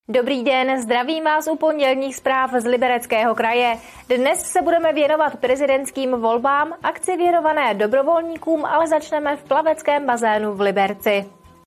Dobrý den, zdravím vás u pondělních zpráv z Libereckého kraje. Dnes se budeme věnovat prezidentským volbám, akci věnované dobrovolníkům, ale začneme v plaveckém bazénu v Liberci.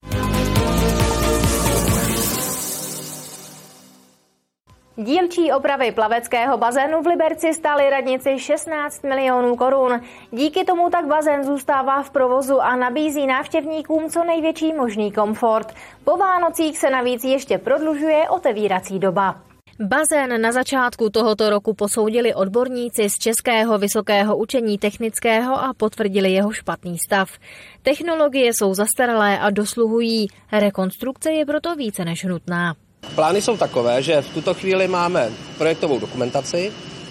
Dílčí opravy plaveckého bazénu v Liberci stály radnici 16 milionů korun. Díky tomu tak bazén zůstává v provozu a nabízí návštěvníkům co největší možný komfort. Po Vánocích se navíc ještě prodlužuje otevírací doba. Bazén na začátku tohoto roku posoudili odborníci z Českého vysokého učení technického a potvrdili jeho špatný stav. Technologie jsou zastaralé a dosluhují. Rekonstrukce je proto více než nutná. Plány jsou takové, že v tuto chvíli máme projektovou dokumentaci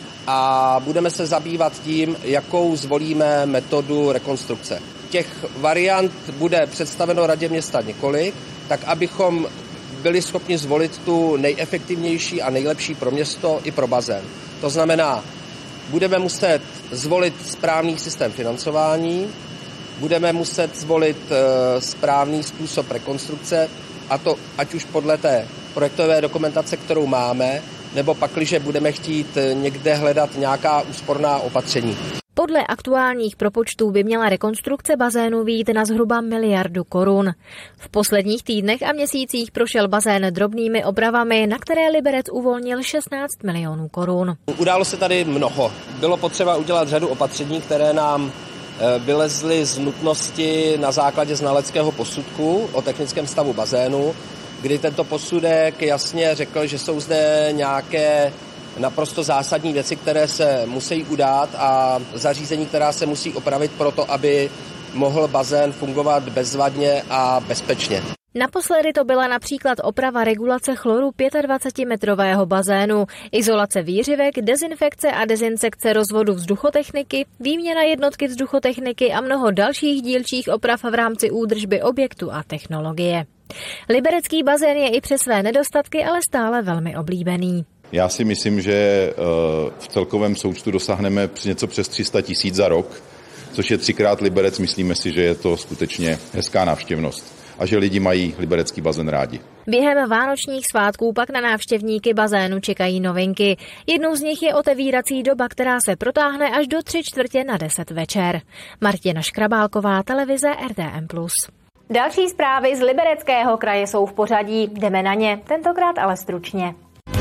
a budeme se zabývat tím, jakou zvolíme metodu rekonstrukce. Těch variant bude představeno radě města několik, tak abychom byli schopni zvolit tu nejefektivnější a nejlepší pro město i pro bazén. To znamená, budeme muset zvolit správný systém financování, budeme muset zvolit správný způsob rekonstrukce, a to ať už podle té projektové dokumentace, kterou máme, nebo pakliže budeme chtít někde hledat nějaká úsporná opatření. Podle aktuálních propočtů by měla rekonstrukce bazénu vyjít na zhruba 1 miliardu korun. V posledních týdnech a měsících prošel bazén drobnými opravami, na které Liberec uvolnil 16 milionů korun. Událo se tady mnoho. Bylo potřeba udělat řadu opatření, které nám vylezly z nutnosti na základě znaleckého posudku o technickém stavu bazénu, kdy tento posudek jasně řekl, že jsou zde nějaké naprosto zásadní věci, které se musí udát a zařízení, která se musí opravit proto, aby mohl bazén fungovat bezvadně a bezpečně. Naposledy to byla například oprava regulace chloru 25metrového bazénu, izolace výřivek, dezinfekce a dezinsekce rozvodu vzduchotechniky, výměna jednotky vzduchotechniky a mnoho dalších dílčích oprav v rámci údržby objektu a technologie. Liberecký bazén je i přes své nedostatky, ale stále velmi oblíbený. Já si myslím, že v celkovém součtu dosáhneme něco přes 300 000 za rok, což je 3krát Liberec. Myslíme si, že je to skutečně hezká návštěvnost a že lidi mají liberecký bazén rádi. Během vánočních svátků pak na návštěvníky bazénu čekají novinky. Jednou z nich je otevírací doba, která se protáhne až do 9:45 večer. Martina Škrabálková, televize RTM+. Další zprávy z Libereckého kraje jsou v pořadí. Jdeme na ně, tentokrát ale stručně.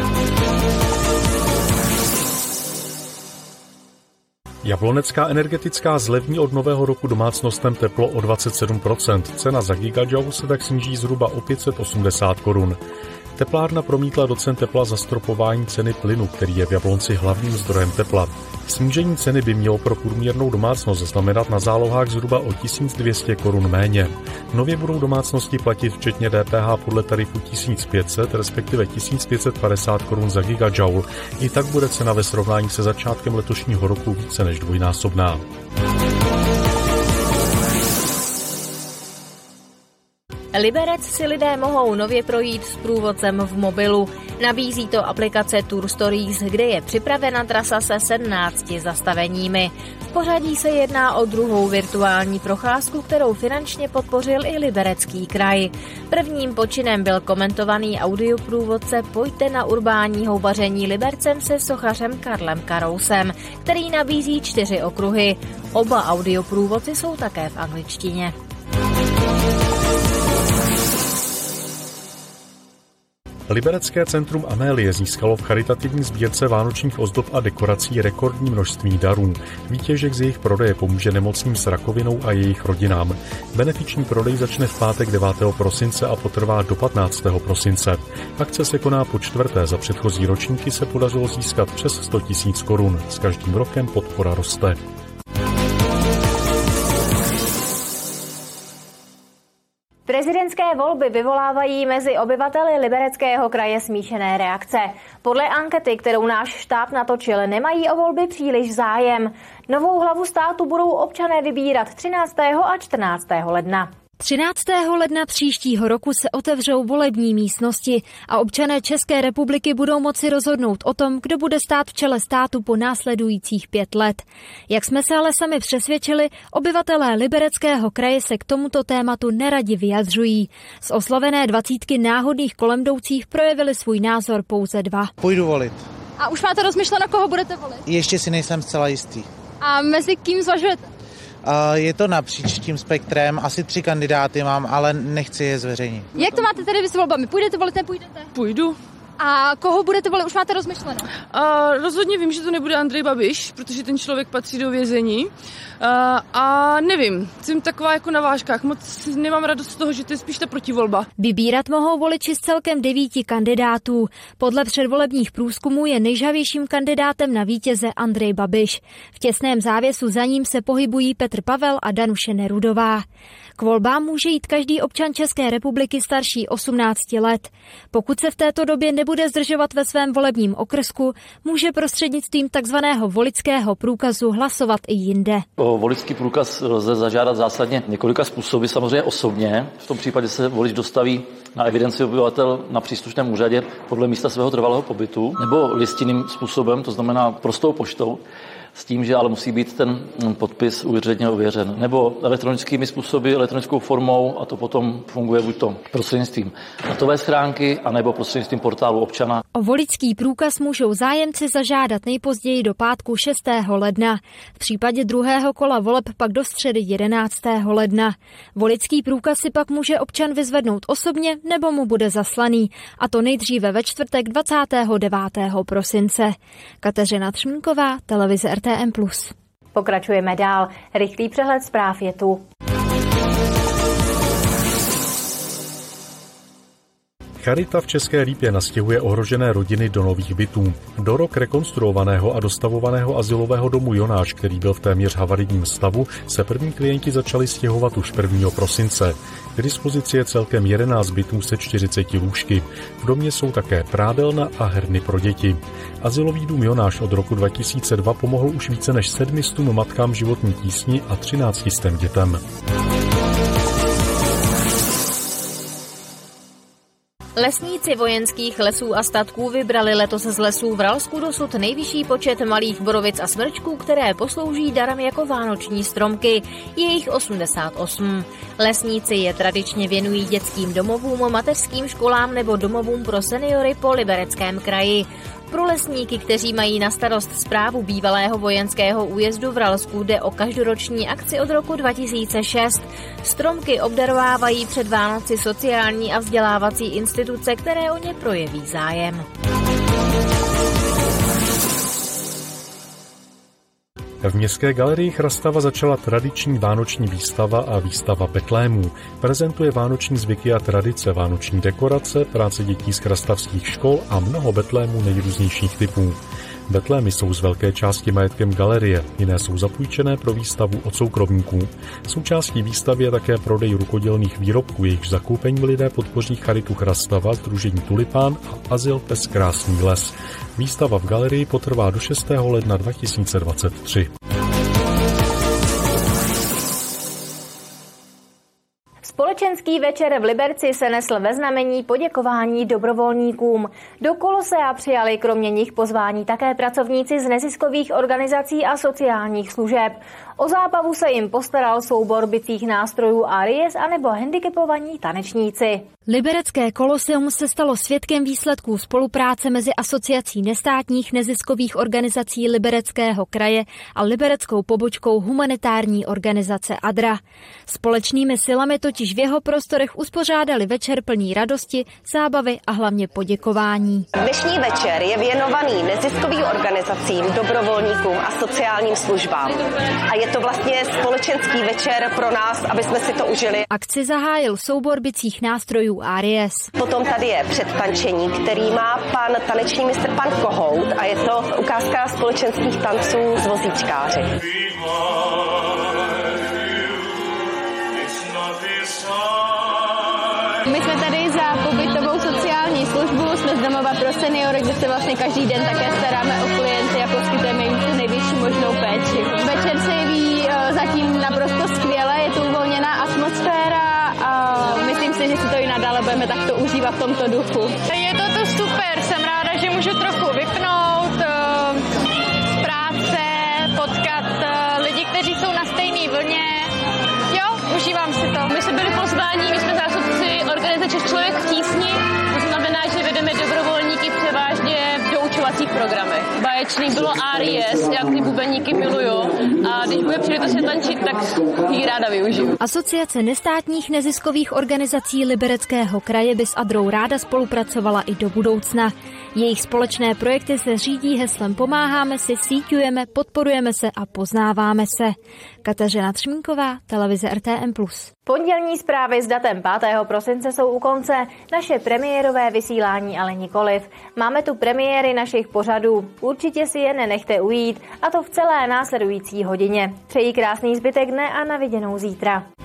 Jablonecká energetická zlevní od nového roku domácnostem teplo o 27%. Cena za gigajoule se tak sníží zhruba o 580 korun. Teplárna promítla do cen tepla zastropování ceny plynu, který je v Jablonci hlavním zdrojem tepla. Snížení ceny by mělo pro průměrnou domácnost znamenat na zálohách zhruba o 1200 korun méně. Nově budou domácnosti platit včetně DPH podle tarifu 1500, respektive 1550 korun za gigajoule. I tak bude cena ve srovnání se začátkem letošního roku více než dvojnásobná. Liberec si lidé mohou nově projít s průvodcem v mobilu. Nabízí to aplikace Tour Stories, kde je připravena trasa se 17 zastaveními. V pořadí se jedná o druhou virtuální procházku, kterou finančně podpořil i Liberecký kraj. Prvním počinem byl komentovaný audioprůvodce Pojďte na urbání houbaření Libercem se sochařem Karlem Karousem, který nabízí 4 okruhy. Oba audioprůvodci jsou také v angličtině. Liberecké centrum Amélie získalo v charitativní sbírce vánočních ozdob a dekorací rekordní množství darů. Výtěžek z jejich prodeje pomůže nemocným s rakovinou a jejich rodinám. Benefiční prodej začne v pátek 9. prosince a potrvá do 15. prosince. Akce se koná po 4. Za předchozí ročníky se podařilo získat přes 100 000 korun. S každým rokem podpora roste. Prezidentské volby vyvolávají mezi obyvateli Libereckého kraje smíšené reakce. Podle ankety, kterou náš štáb natočil, nemají o volby příliš zájem. Novou hlavu státu budou občané vybírat 13. a 14. ledna. 13. ledna příštího roku se otevřou volební místnosti a občané České republiky budou moci rozhodnout o tom, kdo bude stát v čele státu po následujících 5 let. Jak jsme se ale sami přesvědčili, obyvatelé Libereckého kraje se k tomuto tématu neradi vyjadřují. Z oslovené 20 náhodných kolemjdoucích projevili svůj názor pouze 2. Půjdu volit. A už máte rozmyšleno, koho budete volit? Ještě si nejsem zcela jistý. A mezi kým zvažujete? Je to napříč tím spektrem, asi 3 kandidáty mám, ale nechci je zveřejnit. Jak to máte tedy vy s volbami? Půjdete volit, nepůjdete? Půjdu. A koho budete volit? Už máte rozmyšleno? Rozhodně vím, že to nebude Andrej Babiš, protože ten člověk patří do vězení. A nevím, jsem taková jako na vážkách. Moc nemám radost z toho, že to je spíš ta protivolba. Vybírat mohou voliči z celkem 9 kandidátů. Podle předvolebních průzkumů je nejžhavějším kandidátem na vítěze Andrej Babiš. V těsném závěsu za ním se pohybují Petr Pavel a Danuše Nerudová. K volbám může jít každý občan České republiky starší 18 let. Pokud se v této době nebude zdržovat ve svém volebním okrsku, může prostřednictvím takzvaného voličského průkazu hlasovat i jinde. O voličský průkaz lze zažádat zásadně několika způsoby, samozřejmě osobně. V tom případě se volič dostaví na evidenci obyvatel na příslušném úřadě podle místa svého trvalého pobytu nebo listinným způsobem, to znamená prostou poštou, s tím, že ale musí být ten podpis úředně ověřen. Nebo elektronickými způsoby, elektronickou formou, a to potom funguje buď to prostřednictvím datové schránky, anebo prostřednictvím portálu občana. O voličský průkaz můžou zájemci zažádat nejpozději do pátku 6. ledna. V případě druhého kola voleb pak do středy 11. ledna. Voličský průkaz si pak může občan vyzvednout osobně nebo mu bude zaslaný, a to nejdříve ve čtvrtek 29. prosince. Kateřina Třmínková, televize RTM+. Pokračujeme dál. Rychlý přehled zpráv je tu. Charita v České Lípě nastěhuje ohrožené rodiny do nových bytů. Do rok rekonstruovaného a dostavovaného azylového domu Jonáš, který byl v téměř havarijním stavu, se první klienti začali stěhovat už 1. prosince. K dispozici je celkem 11 bytů se 40 lůžky. V domě jsou také prádelna a herny pro děti. Azylový dům Jonáš od roku 2002 pomohl už více než 700 matkám životní tísni a 1300 dětem. Lesníci Vojenských lesů a statků vybrali letos z lesů v Ralsku dosud nejvyšší počet malých borovic a smrčků, které poslouží darem jako vánoční stromky. Je jich 88. Lesníci je tradičně věnují dětským domovům, mateřským školám nebo domovům pro seniory po Libereckém kraji. Pro lesníky, kteří mají na starost správu bývalého vojenského újezdu v Ralsku, jde o každoroční akci od roku 2006. Stromky obdarovávají před Vánoci sociální a vzdělávací instituce, které o ně projeví zájem. V Městské galerii Chrastava začala tradiční vánoční výstava a výstava betlémů. Prezentuje vánoční zvyky a tradice, vánoční dekorace, práce dětí z chrastavských škol a mnoho betlémů nejrůznějších typů. Betlémy jsou z velké části majetkem galerie, jiné jsou zapůjčené pro výstavu od soukromníků. Součástí výstavy je také prodej rukodělných výrobků, jejichž zakoupení lidé podpoří Charitu Chrastava, Sdružení Tulipán a Azyl Pes Krásný les. Výstava v galerii potrvá do 6. ledna 2023. Společenský večer v Liberci se nesl ve znamení poděkování dobrovolníkům. Do kolosea přijali kromě nich pozvání také pracovníci z neziskových organizací a sociálních služeb. O zábavu se jim postaral soubor bicích nástrojů Aries anebo handicapovaní tanečníci. Liberecké koloseum se stalo svědkem výsledků spolupráce mezi Asociací nestátních neziskových organizací Libereckého kraje a libereckou pobočkou humanitární organizace ADRA. Společnými silami totiž v jeho prostorech uspořádali večer plný radosti, zábavy a hlavně poděkování. Dnešní večer je věnovaný neziskovým organizacím, dobrovolníkům a sociálním službám. A je to vlastně společenský večer pro nás, aby jsme si to užili. Akci zahájil soubor bicích nástrojů Aries. Potom tady je předtančení, který má pan taneční mistr pan Kohout a je to ukázka společenských tanců z vozíčkáři. My jsme tady za pobytovou sociální službu, jsme z domova pro seniory, kde se vlastně každý den také staráme o klienty a poskytujeme jim tu nejvyšší možnou péči. Večer se jeví zatím naprosto skvěle, je tu uvolněná atmosféra myslím si, že si to i nadále budeme takto užívat v tomto duchu. Je to super, jsem ráda, že můžu trochu vypnout z práce, potkat lidi, kteří jsou na stejné vlně. Jo, užívám si to. My jsme byli pozváni, my jsme zástupci organizace Člověk v tísni, to znamená, že vedeme dobrovolníky převážně v doučovacích programech. Báječný bylo ARIES, já ty bubeníky miluju a když bude příležitost se tančit, tak ji ráda využiju. Asociace nestátních neziskových organizací Libereckého kraje by s Adrou ráda spolupracovala i do budoucna. Jejich společné projekty se řídí heslem Pomáháme si, síťujeme, podporujeme se a poznáváme se. Kateřina Třmínková, televize RTM+. Pondělní zprávy s datem 5. prosince jsou u konce, naše premiérové vysílání ale nikoliv. Máme tu premiéry našich pořadů, určitě si je nenechte ujít, a to v celé následující hodině. Přeji krásný zbytek dne a na viděnou zítra.